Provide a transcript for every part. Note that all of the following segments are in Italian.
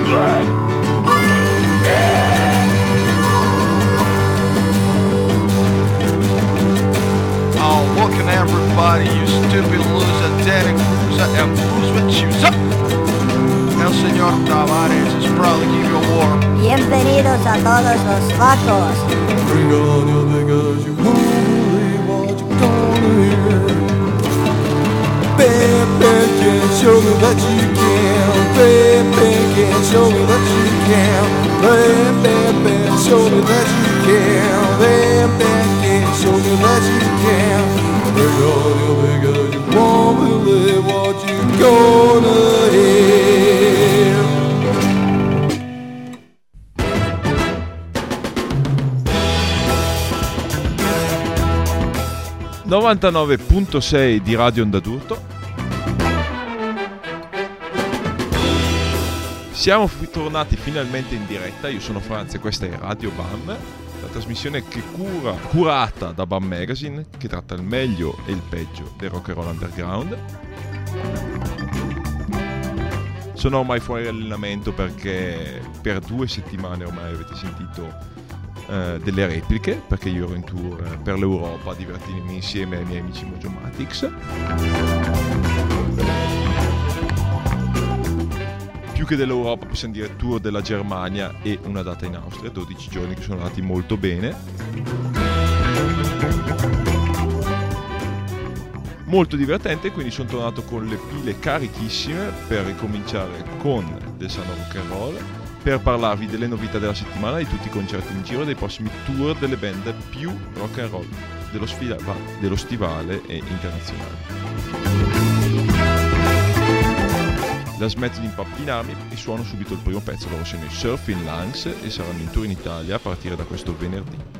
Everybody, you stupid loser, Danny Cruiser, and who's with you? El señor Tavares is proud to give you a war. Bienvenidos a todos los vacos. Bring on your niggas, you won't believe what you're gonna hear. Bam, bam, can show me that you can. Bam, bam, can show me that you can. Bam, bam, bam, show me that you can. Bam, bam, can show me that you can. Bring on your niggas, you won't believe what you're gonna hear. 99.6 di Radio Onda d'Urto. Siamo tornati finalmente in diretta. Io sono Franz e questa è Radio BAM, la trasmissione che curata da BAM Magazine, che tratta il meglio e il peggio del rock and roll underground. Sono ormai fuori allenamento perché per 2 settimane ormai avete sentito delle repliche, perché io ero in tour per l'Europa a divertirmi insieme ai miei amici Mojomatix. Più che dell'Europa possiamo dire tour della Germania e una data in Austria, 12 giorni che sono andati molto bene. Molto divertente, quindi sono tornato con le pile carichissime per ricominciare con del sano rock and roll, per parlarvi delle novità della settimana, di tutti i concerti in giro, dei prossimi tour delle band più rock and roll dello stivale e internazionale. La smetto di impappinarmi e suono subito il primo pezzo. Loro sono i Surfing Lungs e saranno in tour in Italia a partire da questo venerdì.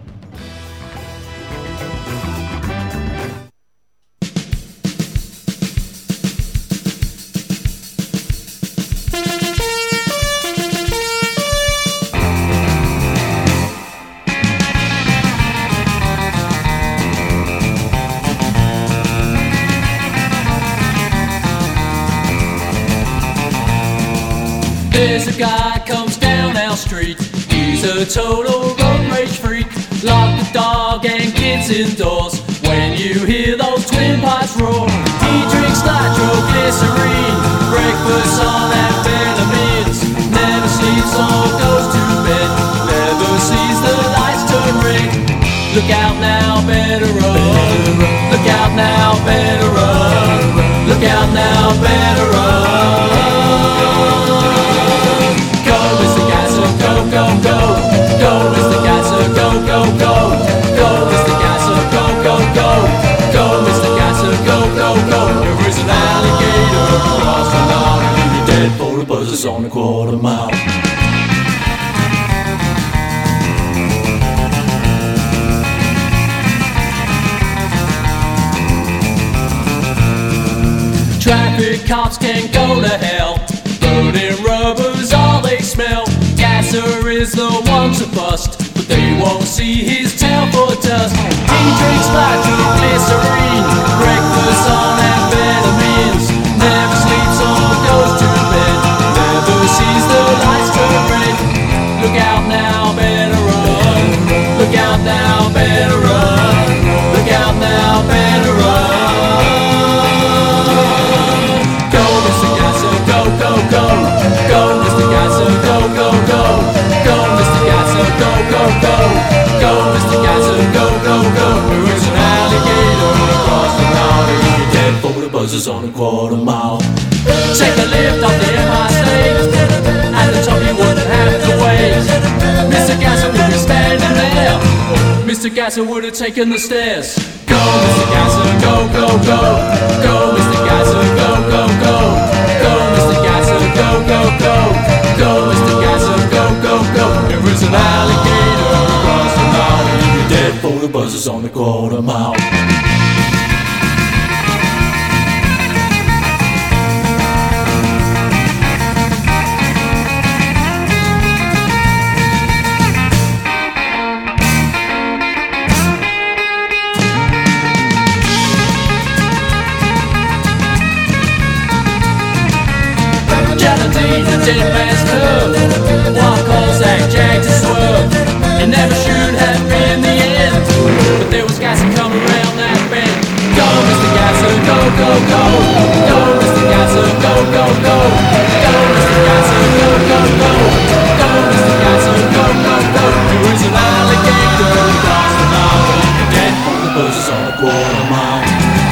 There's a guy comes down our street. He's a total road rage freak. Lock the dog and gets indoors when you hear those twin pipes roar. He drinks nitroglycerine, breakfast on amphetamines. Never sleeps or goes to bed, never sees the lights turn red. Look out now, better run. Look out now, better run. Look out now, better run. Go, go, go, Mr. Gasser, go, go, go, go, Mr. Gasser, go, go, go, go, Mr. Gasser, go, go, go. There is an alligator across the line, and you're dead for the buzzers on a quarter mile. Traffic cops can go to hell, burning rubber's all they smell. Gasser is the one to bust, but they won't see his tail for dust. He drinks nitroglycerine, breakfast on amphetamines. Never sleeps or goes to bed, never sees the lights turn red. Look out now, better run. Look out now, better run. Look out now, better run. Go, Mr. Gasser, go, go, go. Go, Mr. Gasser, go, go, go. Go, Mr. Gasser, go, go, go. Go, Mr. Gasser, go, go, go. There is an alligator across the road, and you're dead for the buzzers on a quarter mile. Take a lift off the Empire State, at the top you wouldn't have to wait. Mr. Gasser would be standing there, Mr. Gasser would have taken the stairs. Go, Mr. Gasser, go, go, go. Go, Mr. Gasser, go, go, go. Go, Mr. Gasser, go, go, go. Go, Mr. Gasser, go, go, go. There is an alligator across the mile, and you're dead for the buzzers on the quarter mile. Dead man's curve, Gatso, go, go, go. Go, Mr. Gatso, go, go, go. Go, Mr. Gatso, go, go, go. He's an alligator across the Nile. Dead from the bushes on a quarter mile.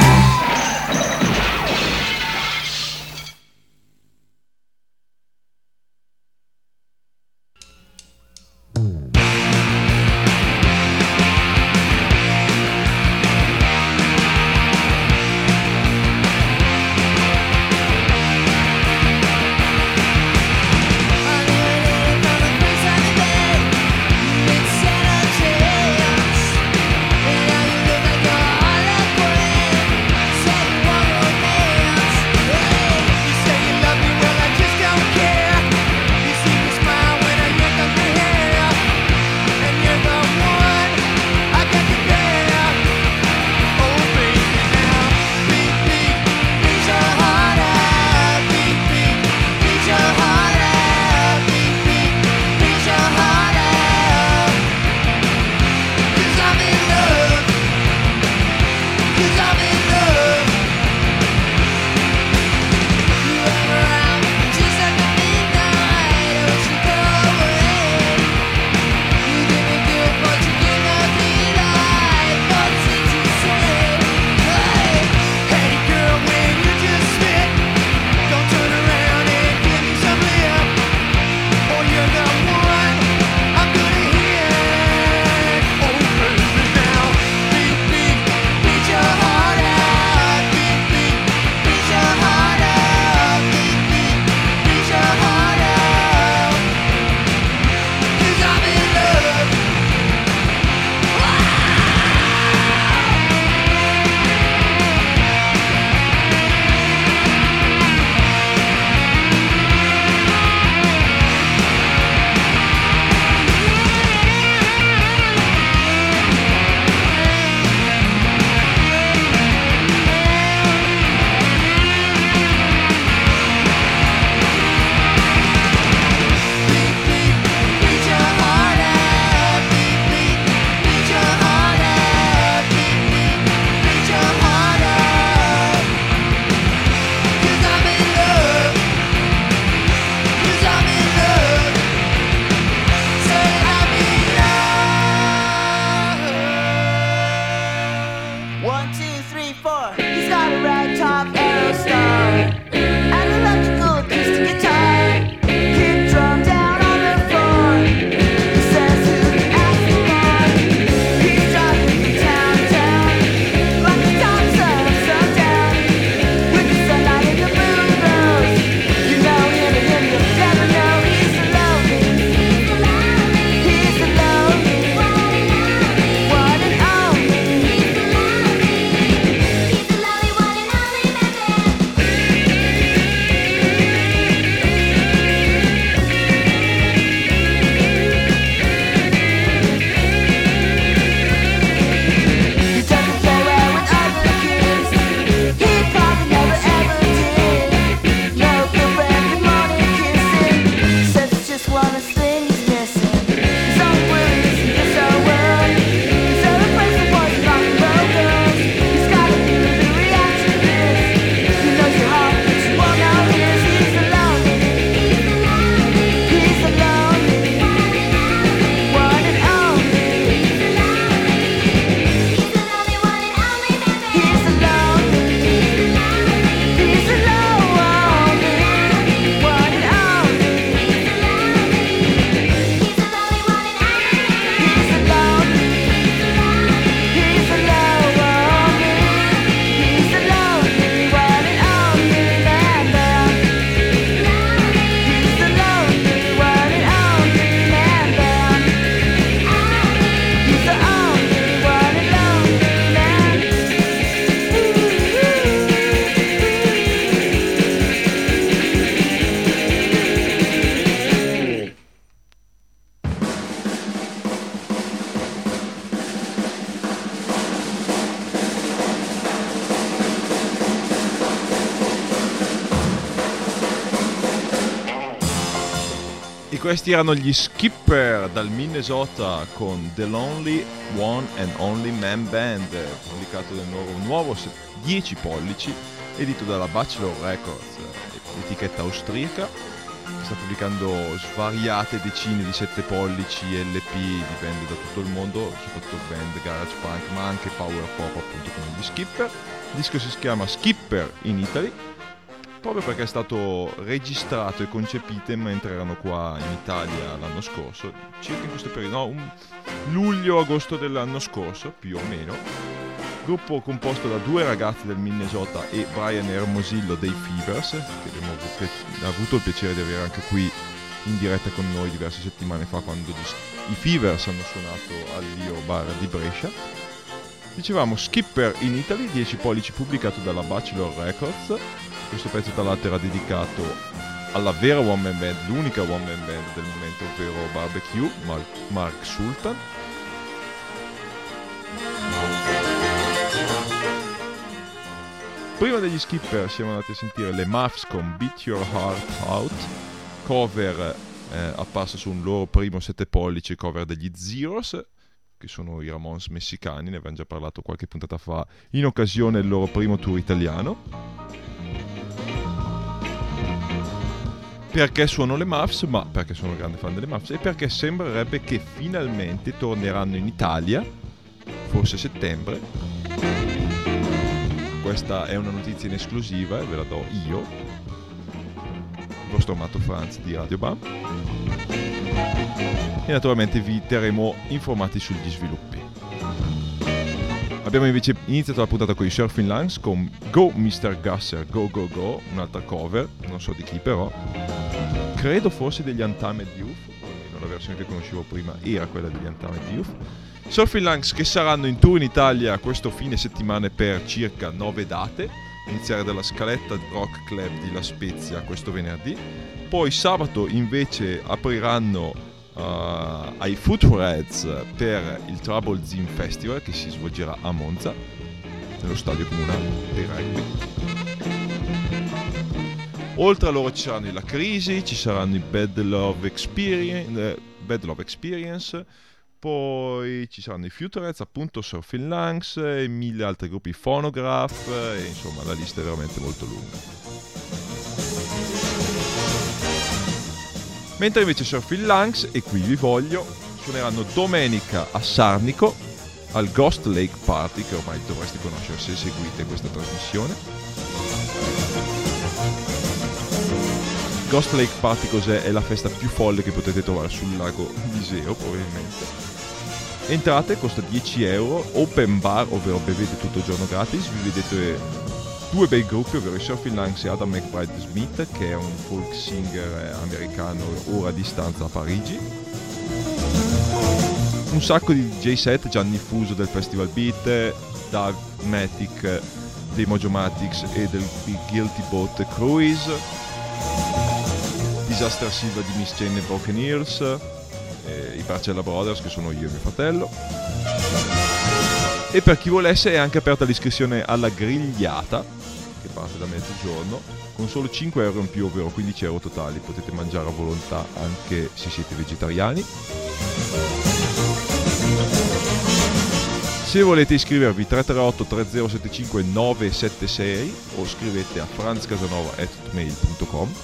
E questi erano gli Skipper dal Minnesota con The Lonely One and Only Man Band, pubblicato nel nuovo 10 pollici edito dalla Bachelor Records, etichetta austriaca. Sta pubblicando svariate decine di 7 pollici LP, dipende da tutto il mondo, soprattutto band garage punk, ma anche power pop, appunto come gli Skipper. Il disco si chiama Skipper in Italy, proprio perché è stato registrato e concepito mentre erano qua in Italia l'anno scorso, circa in questo periodo, no, luglio-agosto dell'anno scorso, più o meno. Gruppo composto da 2 ragazzi del Minnesota e Brian Hermosillo dei Fevers, che abbiamo avuto il piacere di avere anche qui in diretta con noi diverse settimane fa, quando i Fevers hanno suonato all'Io Bar di Brescia. Dicevamo Skipper in Italy, 10 pollici, pubblicato dalla Bachelor Records. Questo pezzo tra l'altro era dedicato alla vera one man band, l'unica one man band del momento, ovvero Barbecue, Mark Sultan. Prima degli Skipper siamo andati a sentire le Muffs con Beat Your Heart Out, cover apparsa su un loro primo 7 pollici, cover degli Zeros, che sono i Ramones messicani, ne avevamo già parlato qualche puntata fa in occasione del loro primo tour italiano. Perché suono le Muffs? Ma perché sono un grande fan delle Muffs e perché sembrerebbe che finalmente torneranno in Italia, forse a settembre. Questa è una notizia in esclusiva e ve la do io, il vostro amato Franz di Radio Bam, e naturalmente vi terremo informati sugli sviluppi. Abbiamo invece iniziato la puntata con i Surfing Lungs con Go Mr. Gasser, Go Go Go, un'altra cover, non so di chi però, credo forse degli Untamed Youth, o almeno la versione che conoscevo prima era quella degli Untamed Youth. Surfing Lungs che saranno in tour in Italia questo fine settimana per circa 9 date, iniziare dalla Scaletta Rock Club di La Spezia questo venerdì, poi sabato invece apriranno ai Foothreads per il Trouble Zine Festival che si svolgerà a Monza, nello stadio comunale dei rugby. Oltre a loro ci saranno i La Crisi, ci saranno i Bad Love Experience, poi ci saranno i Futurets, appunto Surfing Lungs e 1000 altri gruppi, Phonograph, e insomma la lista è veramente molto lunga. Mentre invece Surfing Lungs, e qui vi voglio, suoneranno domenica a Sarnico al Ghost Lake Party, che ormai dovreste conoscere se seguite questa trasmissione. Ghost Lake Party cos'è? È la festa più folle che potete trovare sul lago Iseo, probabilmente. Entrate, costa 10 euro, open bar, ovvero bevete tutto il giorno gratis, vi vedete 2 bei gruppi, ovvero i Surfing Lungs e Adam McBride Smith, che è un folk singer americano ora a distanza a Parigi. Un sacco di DJ set, Gianni Fuso del Festival Beat, Dave Matic dei Mojomatics e del Guilty Boat Cruise, Disaster Silva di Miss Jane e Broken Hills, i Barcella Brothers, che sono io e mio fratello. E per chi volesse è anche aperta l'iscrizione alla grigliata, che parte da mezzogiorno, con solo 5 euro in più, ovvero 15 euro totali. Potete mangiare a volontà anche se siete vegetariani. Se volete iscrivervi 338 3075 976 o scrivete a franzcasanova@hotmail.com.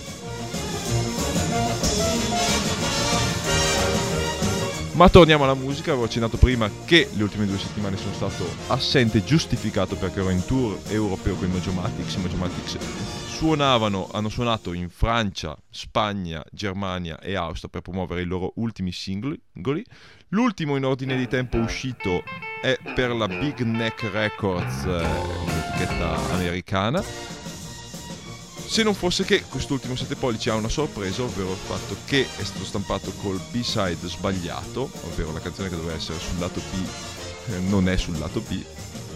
Ma torniamo alla musica. Avevo accennato prima che le ultime 2 settimane sono stato assente, giustificato perché ero in tour europeo con i Mojomatics. I Mojomatics hanno suonato in Francia, Spagna, Germania e Austria per promuovere i loro ultimi singoli. L'ultimo in ordine di tempo uscito è per la Big Neck Records, un'etichetta americana. Se non fosse che quest'ultimo 7 pollici ha una sorpresa, ovvero il fatto che è stato stampato col B-side sbagliato, ovvero la canzone che doveva essere sul lato B non è sul lato B.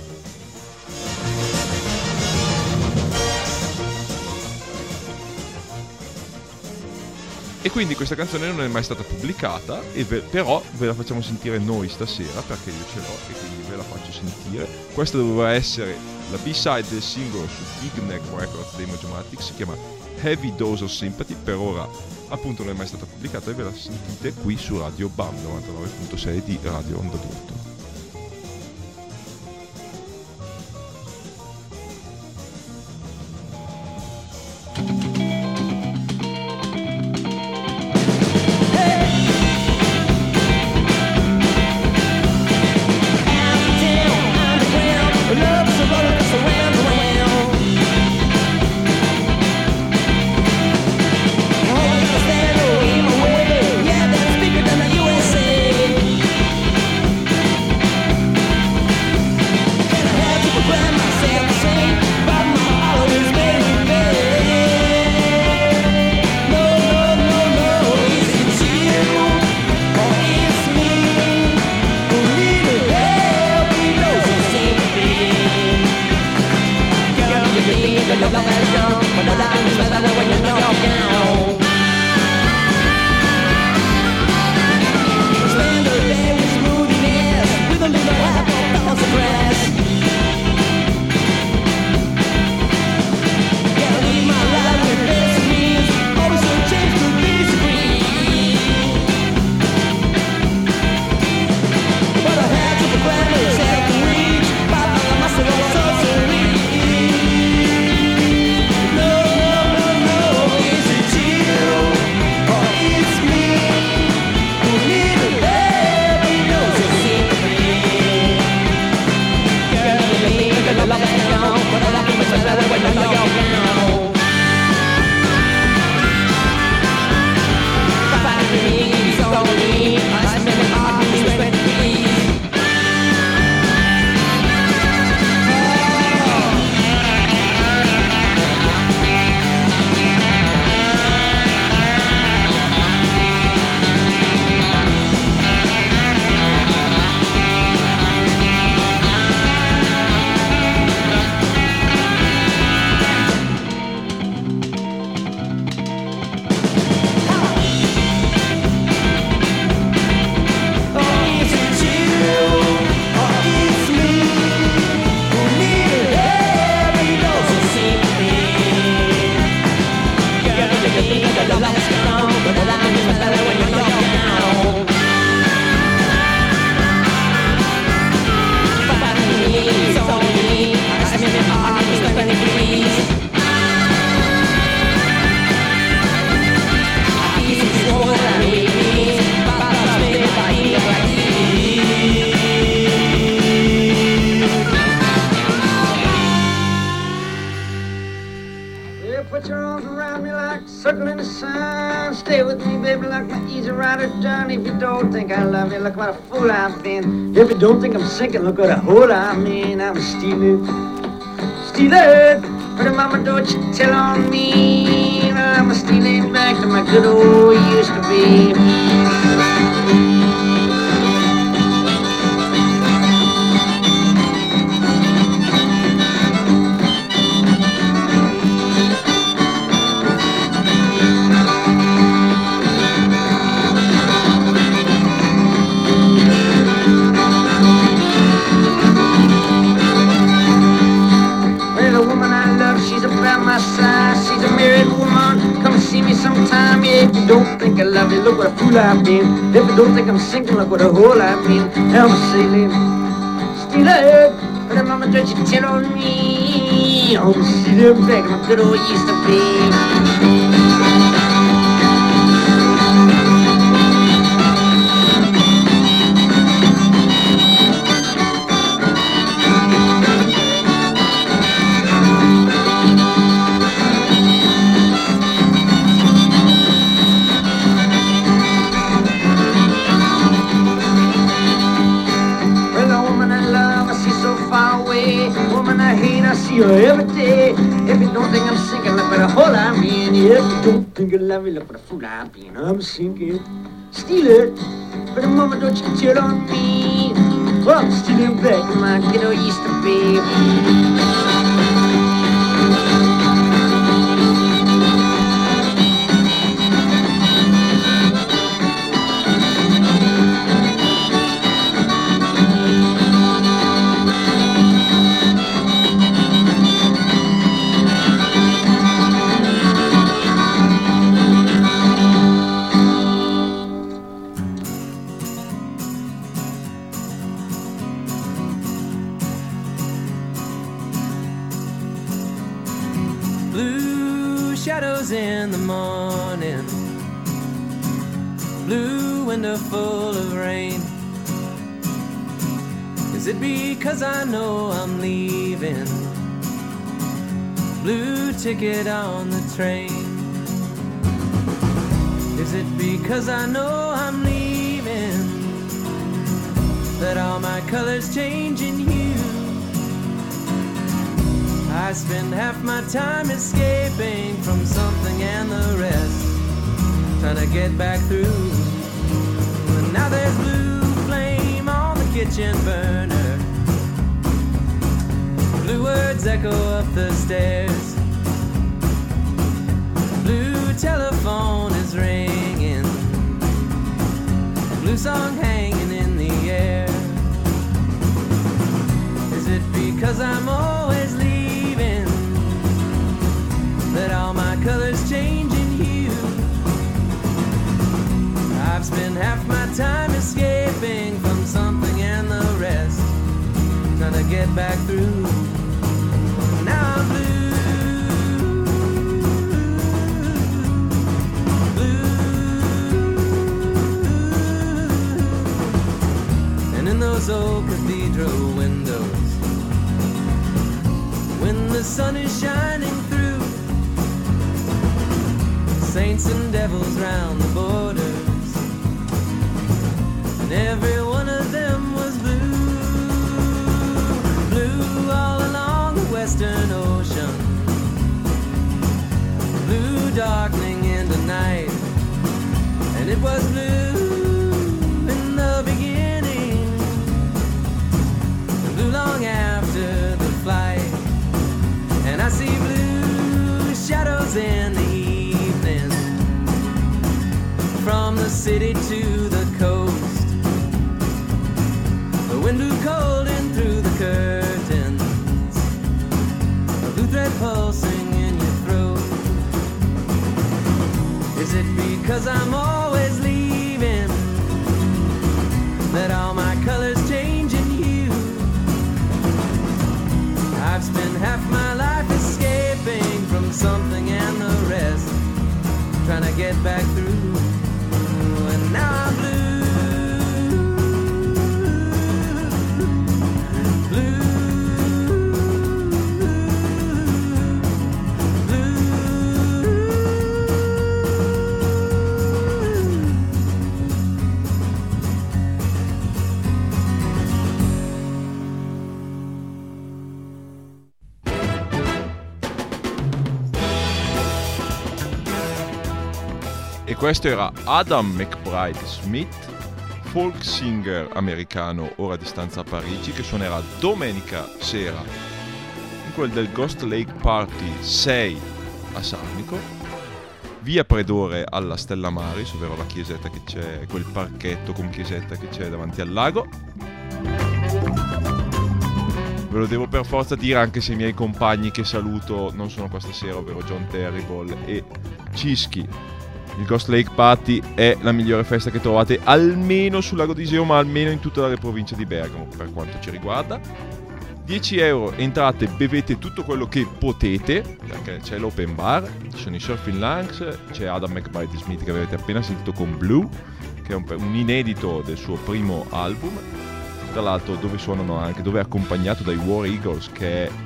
E quindi questa canzone non è mai stata pubblicata, però ve la facciamo sentire noi stasera, perché io ce l'ho e quindi ve la faccio sentire. Questa doveva essere la B-side del singolo su Big Neck Records dei Mojomatics, si chiama Heavy Dose of Sympathy, per ora appunto non è mai stata pubblicata e ve la sentite qui su Radio BAM 99.6 di Radio Onda d'Urto. like my easy rider done. If you don't think I love you, look what a fool I've been. If you don't think I'm sinking, look what a hole I'm in. I'm stealing, stealing. But mama, don't you tell on me. I'm stealing back to my good old used to be. She's a married woman, come see me sometime. Yeah, if you don't think I love you, look what a fool I've been. If you don't think I'm sinking, look what a hole I've been. I'm sailing, stealing, but mama, don't you tell on me. I'm stealing back to my good old used to be. See her every day. If you don't think I'm sinking, look what a hole I'm in. If you don't think I love you, look what a fool I've been. I'm sinking, steal it, but mama, don't you tell on me. Well, I'm stealing back my good old used to be. Shadows in the morning, blue window full of rain. Is it because I know I'm leaving? Blue ticket on the train. Is it because I know I'm leaving that all my colors change in hue? I spend half my time escaping from something and the rest, trying to get back through. And now there's blue flame on the kitchen burner, blue words echo up the stairs, blue telephone is ringing, blue song hanging in the air. Is it because I'm always leaving that all my colors change in hue? I've spent half my time escaping from something and the rest, trying to get back through. Now I'm blue, blue. And in those old cathedral windows, when the sun is shining through, saints and devils round the borders, and every one of them was blue, blue all along the western ocean, blue darkening into night, and it was blue in the beginning, and blue long after the flight. And I see blue shadows in the evening, from the city to the coast, the wind blew cold in through the curtains, a blue thread pulsing in your throat. Is it because I'm always leaving that all my colors change in hue? I've spent half my life escaping from something and the rest, trying to get back through. And now I'm blue, blue, blue. questo era Adam McBride Smith, folk singer americano ora di stanza a Parigi, che suonerà domenica sera in quel del Ghost Lake Party 6 a Sarnico, via Predore alla Stella Maris, ovvero la chiesetta che c'è, quel parchetto con chiesetta che c'è davanti al lago. Ve lo devo per forza dire, anche se i miei compagni che saluto non sono qua stasera, ovvero John Terrible e Cischi. Il Ghost Lake Party è la migliore festa che trovate almeno sul lago di Iseo, ma almeno in tutta la provincia di Bergamo per quanto ci riguarda. 10 euro, entrate, bevete tutto quello che potete, perché c'è l'open bar, ci sono i Surfing Lungs, c'è Adam McBride Smith che avete appena sentito con Blue, che è un inedito del suo primo album, tra l'altro dove suonano anche, dove è accompagnato dai War Eagles, che è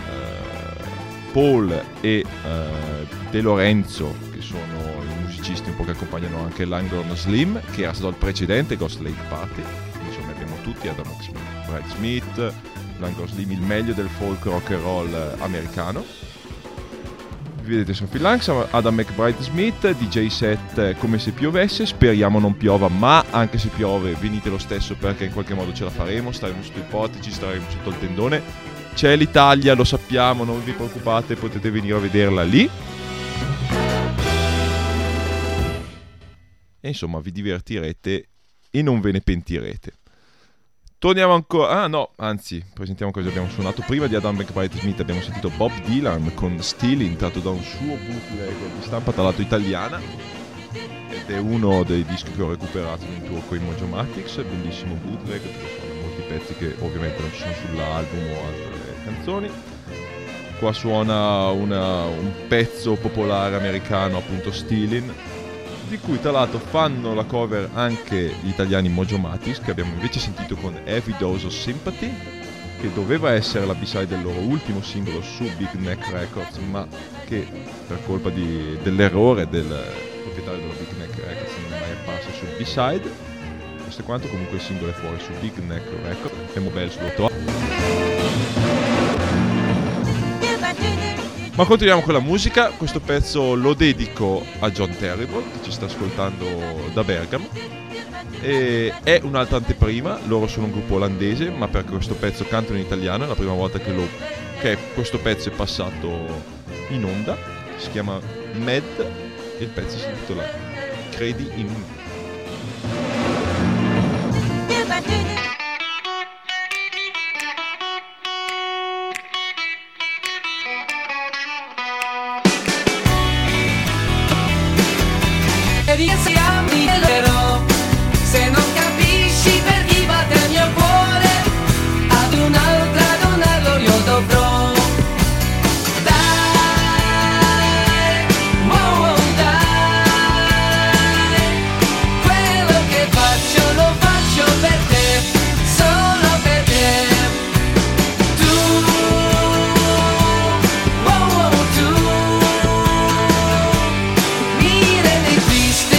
Paul e De Lorenzo, che sono i musicisti un po' che accompagnano anche Langdon Slim, che era stato al precedente Ghost Lake Party. Quindi insomma abbiamo tutti Adam McBride Smith, Langdon Slim, il meglio del folk rock and roll americano. Vi vedete Surfing Lungs, Adam McBride Smith, DJ set come se piovesse, speriamo non piova, ma anche se piove venite lo stesso, perché in qualche modo ce la faremo, staremo sotto i portici, staremo sotto il tendone. C'è l'Italia, lo sappiamo, non vi preoccupate, potete venire a vederla lì. E insomma vi divertirete e non ve ne pentirete. Torniamo ancora, presentiamo cosa abbiamo suonato. Prima di Adam McBride Smith abbiamo sentito Bob Dylan con Stealing, tratto da un suo bootleg di stampa tra l'altro italiana, ed è uno dei dischi che ho recuperato in tour con i Mojomatics, bellissimo bootleg, sono molti pezzi che ovviamente non ci sono sull'album o altre canzoni. Qua suona un pezzo popolare americano, appunto Stealing, di cui tra l'altro fanno la cover anche gli italiani Mojomatics, che abbiamo invece sentito con Heavy Dose of Sympathy, che doveva essere la B-side del loro ultimo singolo su Big Neck Records, ma che per colpa dell'errore del proprietario della Big Neck Records non è mai apparsa su B-side. Questo è quanto, comunque il singolo è fuori su Big Neck Records, è bello su Ma continuiamo con la musica. Questo pezzo lo dedico a John Terrible, che ci sta ascoltando da Bergamo, e è un'altra anteprima. Loro sono un gruppo olandese, ma perché questo pezzo cantano in italiano, è la prima volta che questo pezzo è passato in onda. Si chiama Med e il pezzo si intitola Credi in me. Riesci a dirlo, se non capisci per chi batte il mio cuore, ad un'altra donarlo io dovrò. Dai, wow, dai, quello che faccio lo faccio per te, solo per te. Tu, wow, tu mi rendi triste.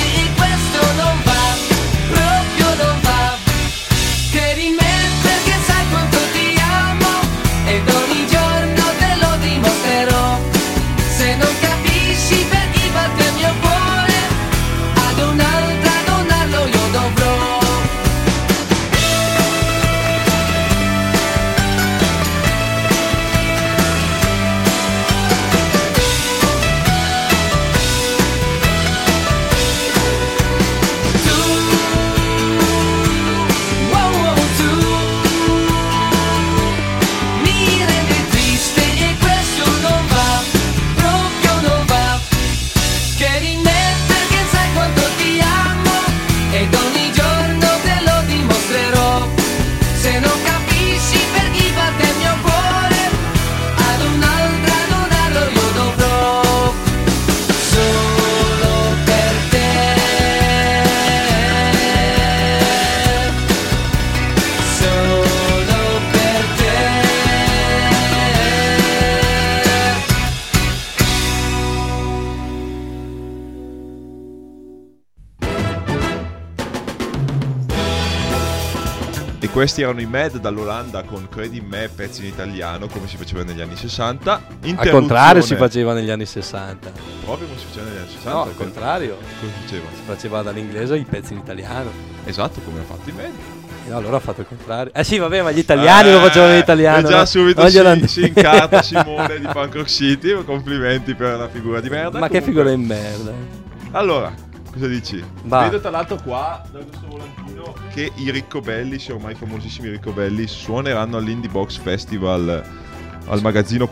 E questi erano i Mad dall'Olanda con Credi in me, pezzi in italiano, come si faceva negli anni 60. Al contrario si faceva negli anni 60. Proprio come si faceva negli anni 60? No, al contrario. Come si faceva? Si faceva dall'inglese i pezzi in italiano. Esatto, come ha fatto i Mad. E no, allora ha fatto il contrario. Sì, vabbè, ma gli italiani lo facevano in italiano. Già no? subito Non si incarta Simone di Punk Rock City. Complimenti per la figura di merda. Ma che figura di merda. Allora, cosa dici? Va. Vedo tra l'altro qua, da questo volantino, che i Riccobellis, ormai famosissimi Riccobellis, suoneranno all'Indie Box Festival al Magazzino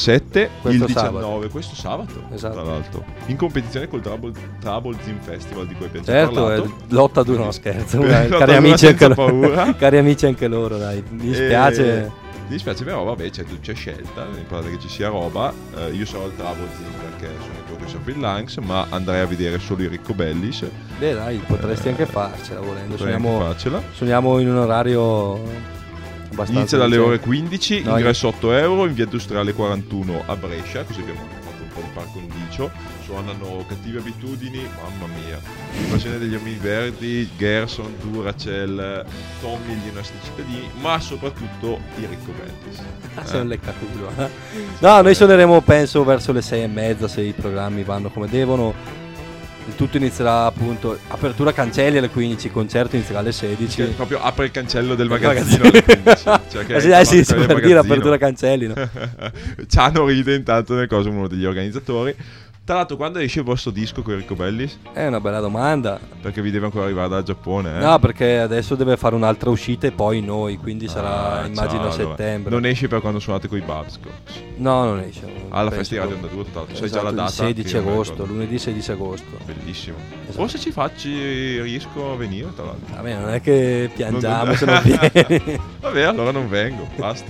47 Questo il 19, sabato. questo sabato, Esatto. tra l'altro, in competizione col Trouble Zin Festival di cui abbiamo già Certo, parlato. lotta dura, no scherzo. Lotta Cari dura amici, senza anche paura. cari amici anche loro, dai. Mi dispiace. Mi dispiace, però vabbè, c'è scelta, mi pare che ci sia roba. Io sarò al Trouble Zin perché sono il professor freelance, ma andrei a vedere solo i Riccobellis. Beh, dai, potresti anche farcela volendo. Potrei anche farcela. Suoniamo in un orario abbastanza. Inizia dalle decente. ore 15, No, ingresso 8 euro, in via industriale 41 a Brescia, così abbiamo fatto un po' di par condicio. Suonano Cattive Abitudini, mamma mia, Invasione degli Omini Verdi, Gerson, Duracell, Tommy, gli nostri cittadini, ma soprattutto i Riccobellis. Sei un leccaculo. No, noi suoneremo penso verso le 6:30 se i programmi vanno come devono. Il tutto inizierà appunto apertura cancelli alle 15, il concerto inizierà alle 16. Che proprio apre il cancello del magazzino alle 15. Cioè che sì, è per dire apertura cancelli, no? Ciano ride intanto nel coso uno degli organizzatori. Tra l'altro, quando esce il vostro disco con i Riccobellis? È una bella domanda. Perché vi deve ancora arrivare dal Giappone, No, perché adesso deve fare un'altra uscita e poi noi, quindi sarà immagino a ciao, allora. settembre. Non esce per quando suonate con i Babscox. No, non esce. Alla Penso festa di Radio che- Onda 2, tra l'altro. Sai Esatto, già la data? il 16 Io non me la agosto, ricordo. lunedì 16 agosto. Bellissimo. Esatto. Forse riesco a venire, tra l'altro. Vabbè, non è che piangiamo Non- se non vieni. Vabbè, allora non vengo, basta.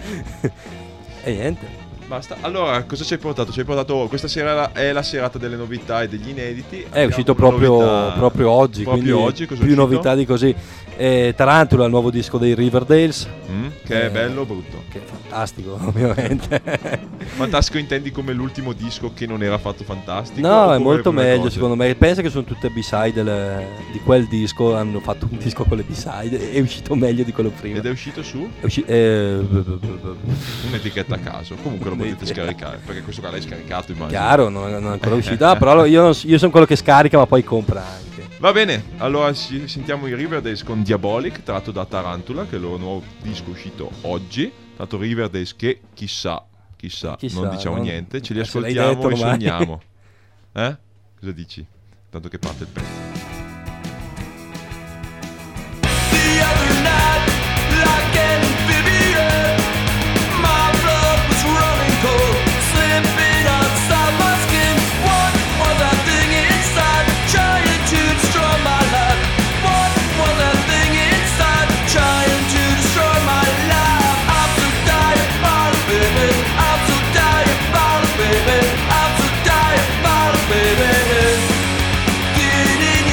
E niente. Basta. Allora, cosa ci hai portato? Ci hai portato questa sera è la serata delle novità e degli inediti. È uscito Abbiamo una proprio, novità- proprio oggi, Proprio quindi oggi, cosa è più uscito? novità di così. Tarantula, il nuovo disco dei Riverdales. Che è bello o brutto? Che è fantastico, ovviamente. Fantastico intendi come l'ultimo disco che non era affatto fantastico? No, o è come molto le meglio cose? secondo me. Pensa che sono tutte B-side di quel disco. Hanno fatto un disco con le B-side. È uscito meglio di quello prima. Ed è uscito su È un'etichetta a caso. Comunque lo potete scaricare. Perché questo qua l'hai scaricato, immagino. chiaro, non è ancora uscito. Ah, però io sono quello che scarica ma poi compra anche. Va bene, allora sentiamo i Riverdales con Diabolic, tratto da Tarantula, che è il loro nuovo disco uscito oggi. Tanto Riverdales che chissà, non diciamo non- niente, ce li se l'hai ascoltiamo detto e ormai. sogniamo. Cosa dici? Tanto che parte il pezzo. The other night, like an amphibian, my blood was running cold, slipping outside my skin. What was that thing inside, trying to destroy my life? What was that thing inside, trying to destroy my life? I'm so diabolic, baby. I'm so diabolic, baby. I'm so diabolic, baby. Get in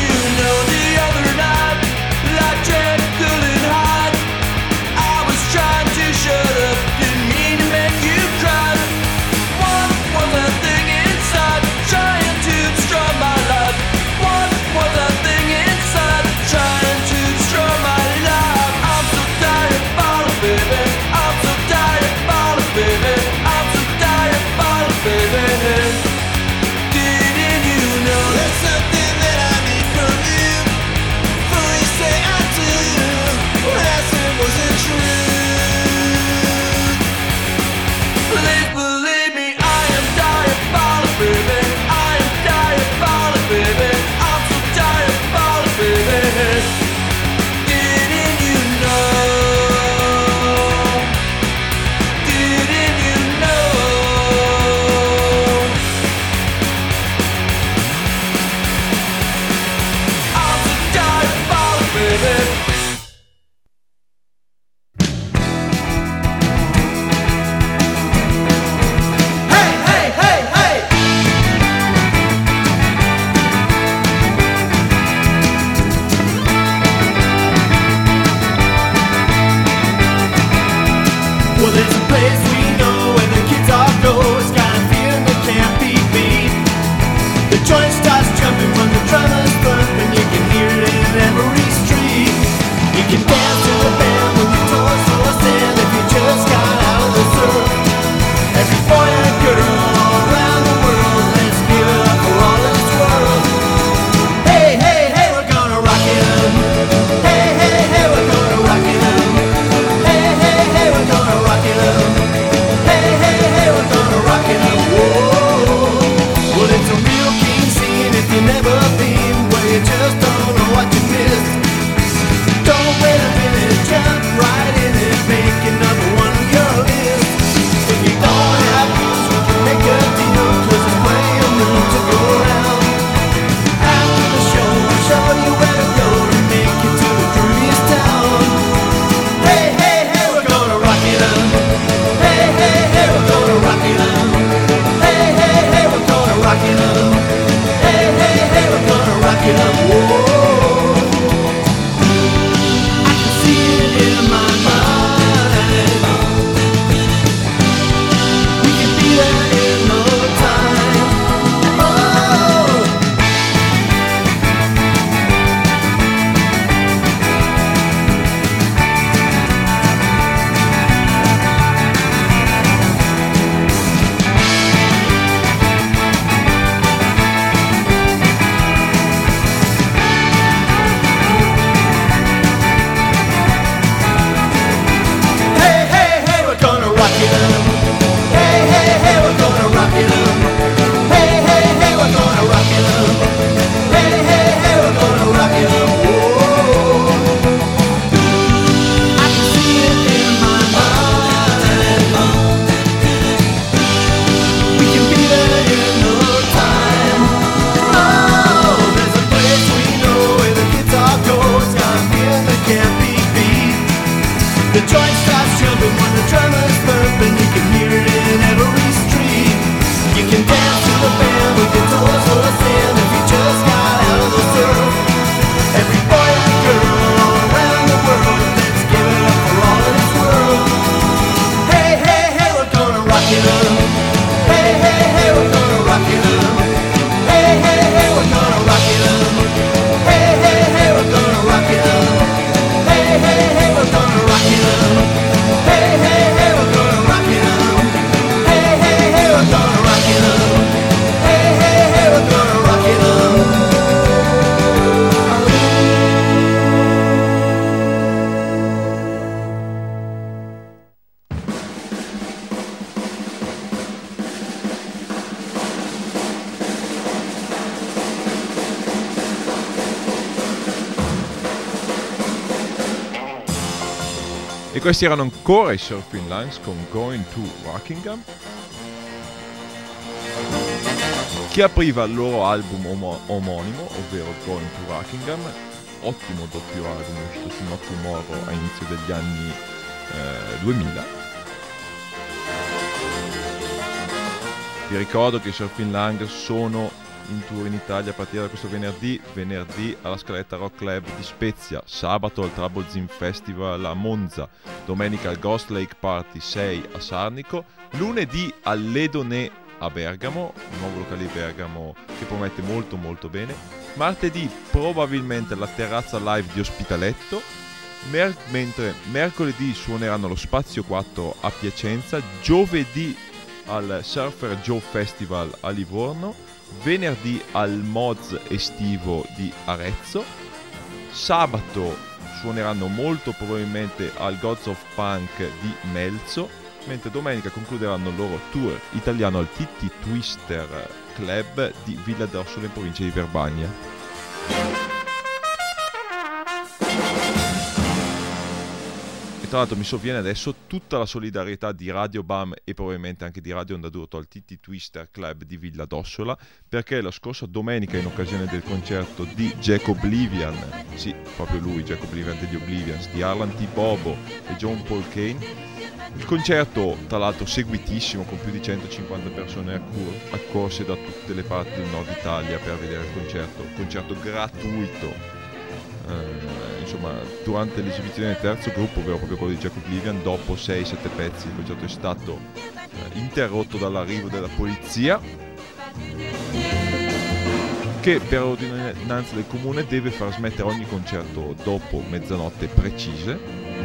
E questi erano ancora i Surfing Lines con Going to Rockingham, che apriva il loro album omonimo, ovvero Going to Rockingham, ottimo doppio album uscito su No Tomorrow a inizio degli anni 2000. Vi ricordo che i Surfing Lines sono in tour in Italia a partire da questo venerdì alla Scaletta Rock Club di Spezia, sabato al Trouble Zine Festival a Monza, domenica al Ghost Lake Party 6 a Sarnico, lunedì all'Edonè a Bergamo, un nuovo locale di Bergamo che promette molto molto bene, martedì probabilmente alla Terrazza Live di Ospitaletto, mentre mercoledì suoneranno allo Spazio 4 a Piacenza, giovedì al Surfer Joe Festival a Livorno, venerdì al Moz estivo di Arezzo, sabato suoneranno molto probabilmente al Gods of Punk di Melzo, mentre domenica concluderanno il loro tour italiano al Titti Twister Club di Villa d'Orsola in provincia di Verbania. E tra l'altro mi sovviene adesso tutta la solidarietà di Radio Bam e probabilmente anche di Radio Onda d'Urto al Titti Twister Club di Villa d'Ossola, perché la scorsa domenica, in occasione del concerto di Jack Oblivion, sì, proprio lui, Jack Oblivion degli Oblivions, di Arlan T. Bobo e John Paul Kane, il concerto tra l'altro seguitissimo con più di 150 persone accorse da tutte le parti del nord Italia per vedere il concerto gratuito. Insomma, durante l'esibizione del terzo gruppo, ovvero proprio quello di Jack Oblivion, dopo 6-7 pezzi il concerto è stato interrotto dall'arrivo della polizia, che per ordinanza del comune deve far smettere ogni concerto dopo mezzanotte precise.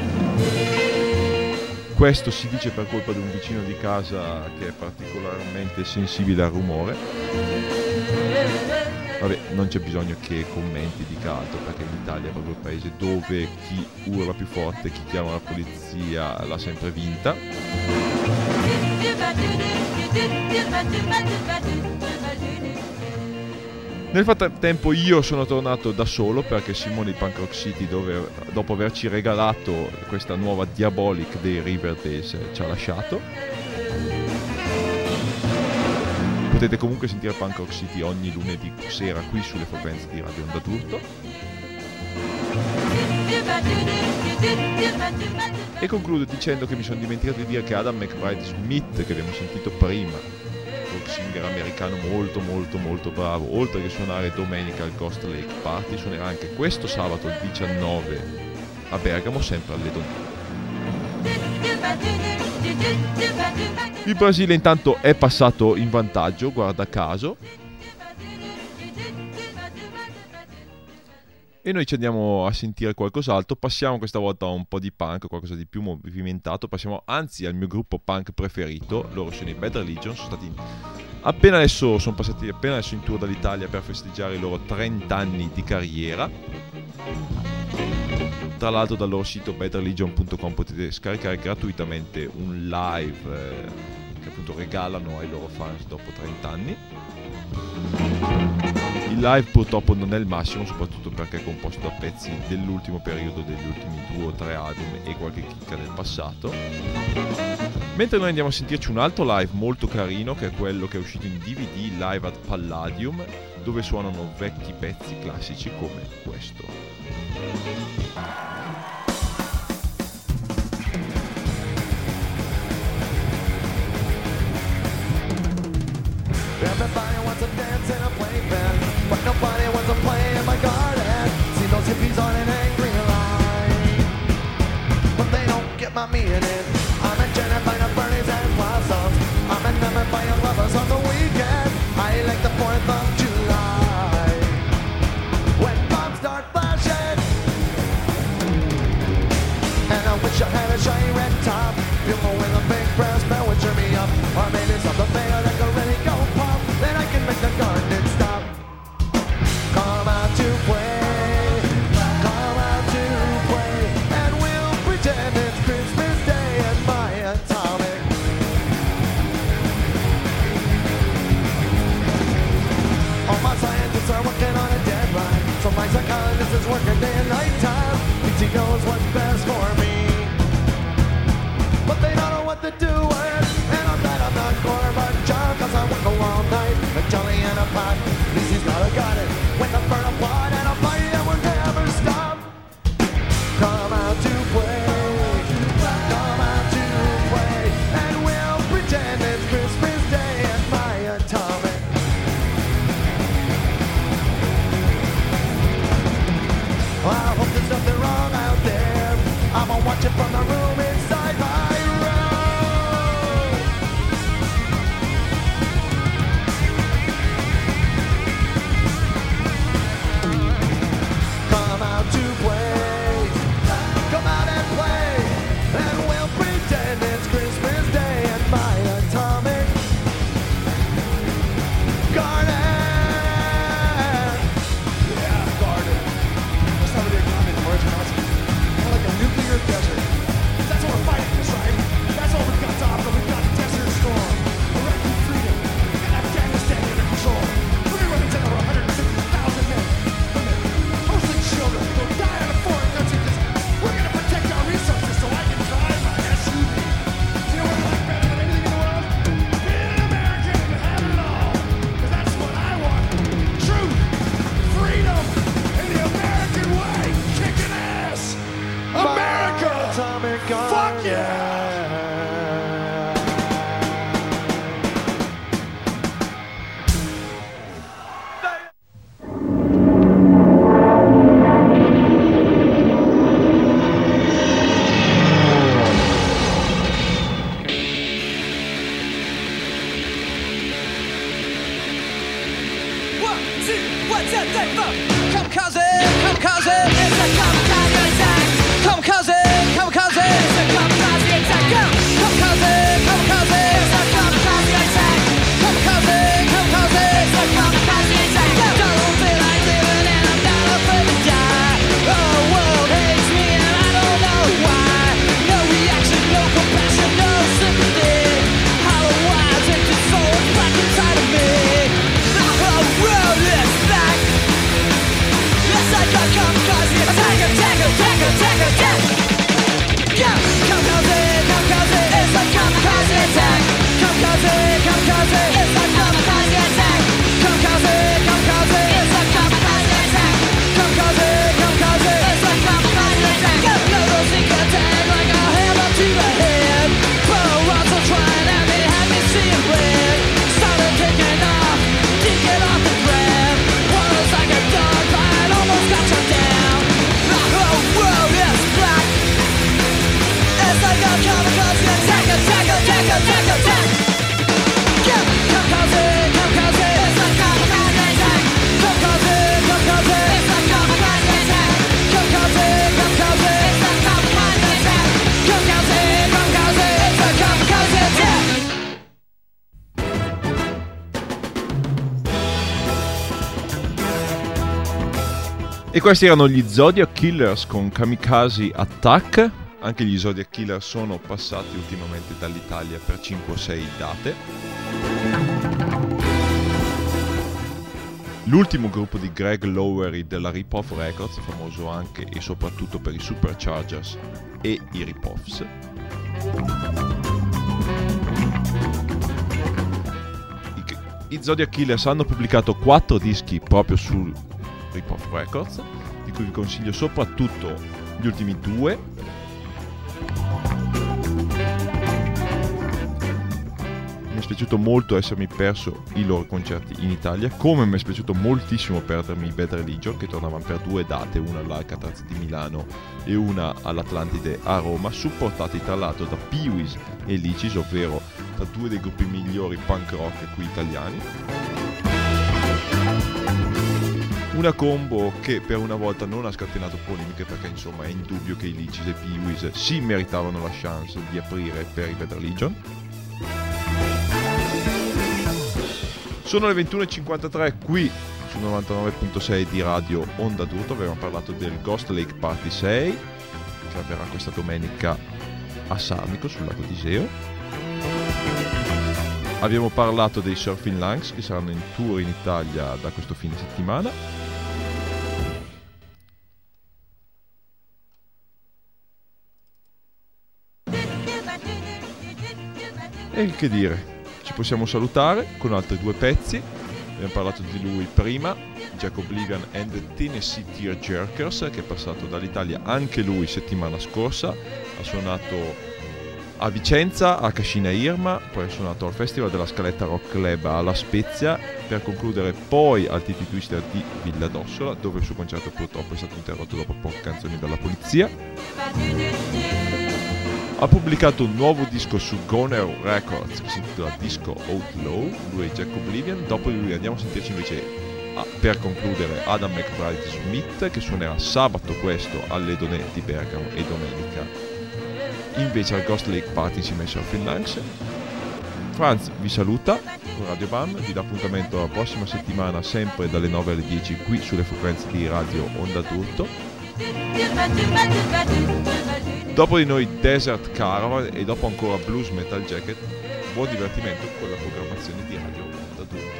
Questo si dice per colpa di un vicino di casa che è particolarmente sensibile al rumore. Vabbè, non c'è bisogno che commenti di altro, perché l'Italia è proprio il paese dove chi urla più forte, chi chiama la polizia l'ha sempre vinta. Nel frattempo io sono tornato da solo, perché Simone di Punk Rock City, dopo averci regalato questa nuova Diabolic dei Riverdale, ci ha lasciato. Potete comunque sentire Punk Rock City ogni lunedì sera qui sulle frequenze di Radio Onda d'Urto. E concludo dicendo che mi sono dimenticato di dire che Adam McBride Smith, che abbiamo sentito prima, folk singer americano molto molto molto bravo, oltre che suonare domenica al Ghost Lake Party, suonerà anche questo sabato il 19 a Bergamo, sempre all'Edonè. Il Brasile intanto è passato in vantaggio, guarda caso, e noi ci andiamo a sentire qualcos'altro. Passiamo questa volta a un po' di punk, qualcosa di più movimentato. Passiamo anzi al mio gruppo punk preferito, loro sono i Bad Religion, sono passati appena adesso in tour dall'Italia per festeggiare i loro 30 anni di carriera. Tra l'altro dal loro sito badreligion.com potete scaricare gratuitamente un live che appunto regalano ai loro fans dopo 30 anni. Il live purtroppo non è il massimo, soprattutto perché è composto da pezzi dell'ultimo periodo, degli ultimi 2 o 3 album e qualche chicca del passato. Mentre noi andiamo a sentirci un altro live molto carino, che è quello che è uscito in DVD, Live at Palladium, dove suonano vecchi pezzi classici come questo. Everybody wants to dance in a playpen, but nobody wants to play in my garden. See those hippies on an angry line, but they don't get my meaning. I'm enchanted by the birdies and blossoms. I'm enamored by your lovers on the weekend. I like the 4th of July, when bombs start flashing. And I wish I had a shiny red top, people with a big brass bell would cheer me up. Or maybe something bigger that could really go pop, then I can make the garden stop. Come out to play, come out to play, and we'll pretend it's Christmas Day at my atomic. All my scientists are working on a deadline, so my psychologist is working day and night time. He knows what's best for me. nothing to it. And I'm glad I'm not Corbin John, cause I work all night, a jelly in a pot. At least he's got it with a burn a plot and a party that will never stop. Come out to play, come out to play, and we'll pretend it's Christmas Day at my atomic. Well, I hope there's nothing wrong out there. I'ma watch it from the room inside my room. Come out to play, come out and play, and we'll pretend it's Christmas Day at my atomic garden. Yeah, garden. Let's have a garden, Orange Mountain. More like a nuclear desert. That's what we're fighting this, right? That's what we've got to offer. We've got Desert Storm, Iraqi freedom, and Afghanistan under control. We're gonna run into over 150,000 men, women, mostly children, who'll die in a foreign country because we're gonna protect our resources so I can drive my SUV. You know what I like better than anything in the world? Being an American and having it all. Because that's what I want. Truth, freedom, and the American way. Kicking ass. America! Fuck yeah! E questi erano gli Zodiac Killers con Kamikaze Attack. Anche gli Zodiac Killers sono passati ultimamente dall'Italia per 5 o 6 date. L'ultimo gruppo di Greg Lowery della Rip-Off Records, famoso anche e soprattutto per i Superchargers e i Rip-Offs. I Zodiac Killers hanno pubblicato 4 dischi proprio su Rip-Off Records, di cui vi consiglio soprattutto gli ultimi 2. Mi è spiaciuto molto essermi perso i loro concerti in Italia, come mi è spiaciuto moltissimo perdermi i Bad Religion, che tornavano per 2 date, una all'Alcatraz di Milano e una all'Atlantide a Roma, supportati tra l'altro da Pee-Wees e Licis, ovvero tra 2 dei gruppi migliori punk rock qui italiani. Una combo che per una volta non ha scatenato polemiche, perché insomma è indubbio che i Licis e Pee-Wees si meritavano la chance di aprire per i Bad Religion. Sono le 21.53 qui su 99.6 di Radio Onda d'Urto. Abbiamo parlato del Ghost Lake Party 6 che avverrà questa domenica a Sarnico sul lago d'Iseo. Abbiamo parlato dei Surfing Lungs che saranno in tour in Italia da questo fine settimana. E che dire, ci possiamo salutare con altri 2 pezzi. Abbiamo parlato di lui prima, Jack Oblivion and the Tennessee Tearjerkers, che è passato dall'Italia anche lui settimana scorsa. Ha suonato a Vicenza, a Cascina Irma, poi ha suonato al Festival della Scaletta Rock Club alla Spezia, per concludere poi al Titi Twister di Villa d'Ossola, dove il suo concerto purtroppo è stato interrotto dopo poche canzoni dalla polizia. Ha pubblicato un nuovo disco su Goner Records che si intitola Disco Outlaw, lui è Jack Oblivion. Dopo di lui andiamo a sentirci invece, per concludere, Adam McBride Smith, che suonerà sabato questo alle Donne di Bergamo e domenica invece al Ghost Lake Party insieme ai Surfing Lungs. Franz vi saluta con Radio Bam, vi dà appuntamento la prossima settimana sempre dalle 9 alle 10 qui sulle frequenze di Radio Onda d'Urto. Dopo di noi Desert Caravan e dopo ancora Blues Metal Jacket. Buon divertimento con la programmazione di Radio Onda d'Urto.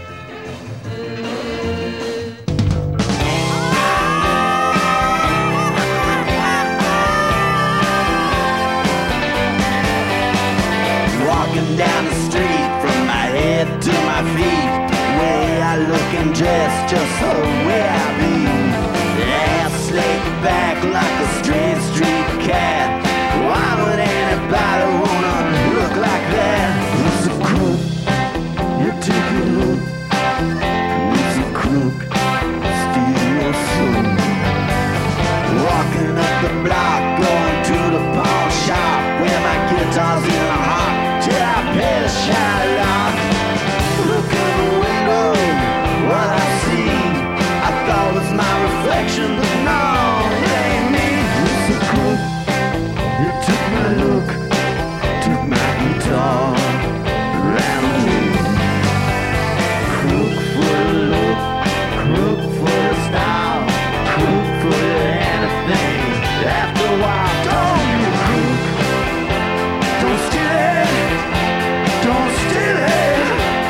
Walking down the street from my head to my feet, the way I look and dress, just the way I be. Ass laid back like a straight street cat. Why would anybody wanna look like that? It's a crook, you take a look. It's a crook, steal your soul. Walking up the block, going to the pawn shop, where my guitar's in a hot till I pay the shine lock. Look in the window, what I see, I thought was my reflection, but no, it ain't me. It's a crook, you took my look, took my guitar, ran away. Crook for the look, crook for the style, crook for anything. After a while, don't be a crook, don't steal it, don't steal it.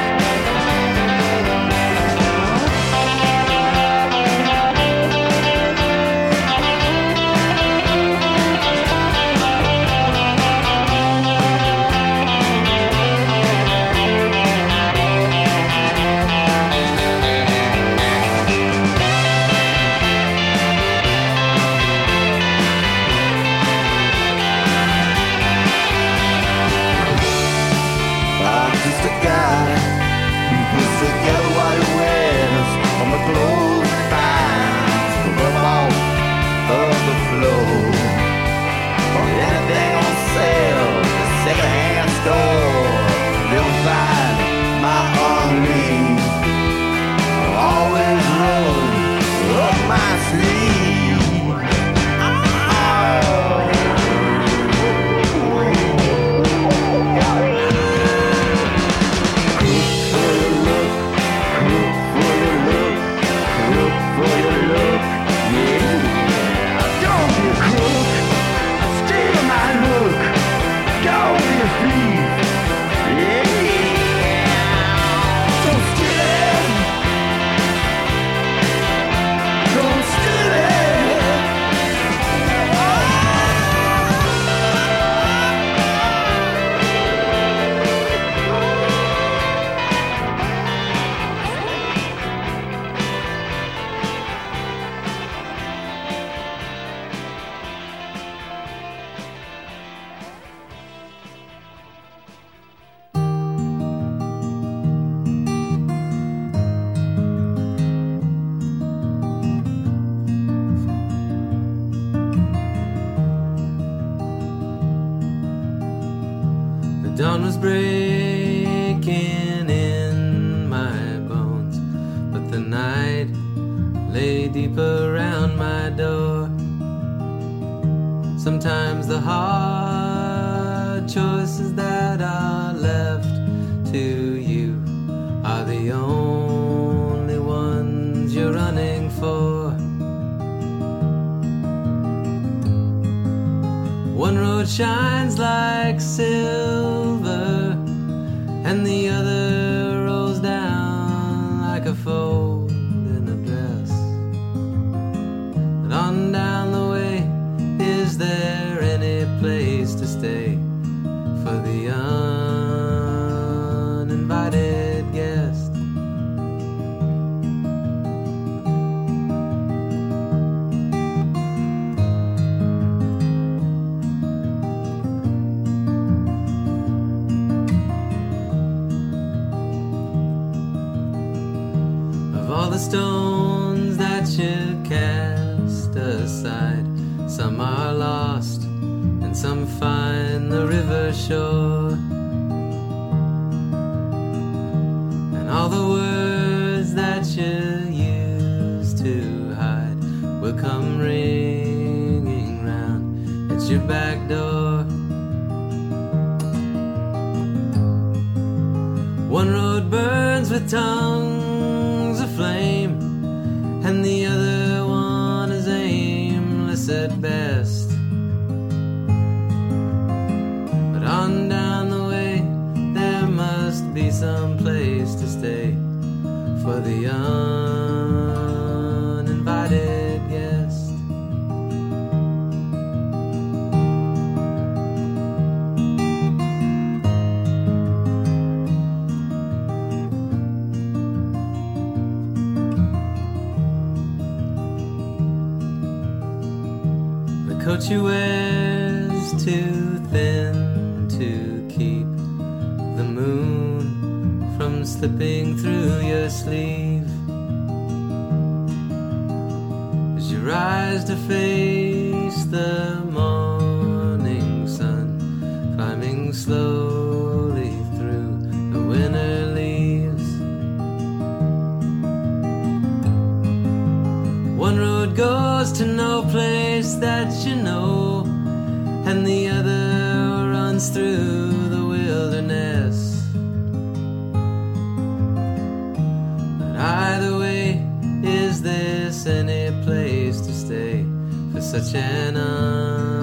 I'm just a guy who puts together what he wears on the clothes he finds from the vault of the floor. Or anything on sale at the second-hand store, they'll find my army. Always roll up my sleeve. Dawn was breaking in my bones, but the night lay deep around my door. Sometimes the hard choices that are left to you are the only ones you're running for. One road shines like silver, and the other rolls down like a fold in a dress. But on down the way, is there any place to stay for the young? stones that you cast aside. Some are lost and some find the river shore. And all the words that you used to hide will come ringing round at your back door. One road burns with tongues of flame, and the other one is aimless at best. But on down the way there must be some place to stay for the uninvited guest. The coat you wear's too thin to keep the moon from slipping through your sleeve. As you rise to face the morning sun, climbing slowly through the winter leaves. One road goes to no place that you know, and the other runs through the wilderness. But either way, is this any place to stay for such an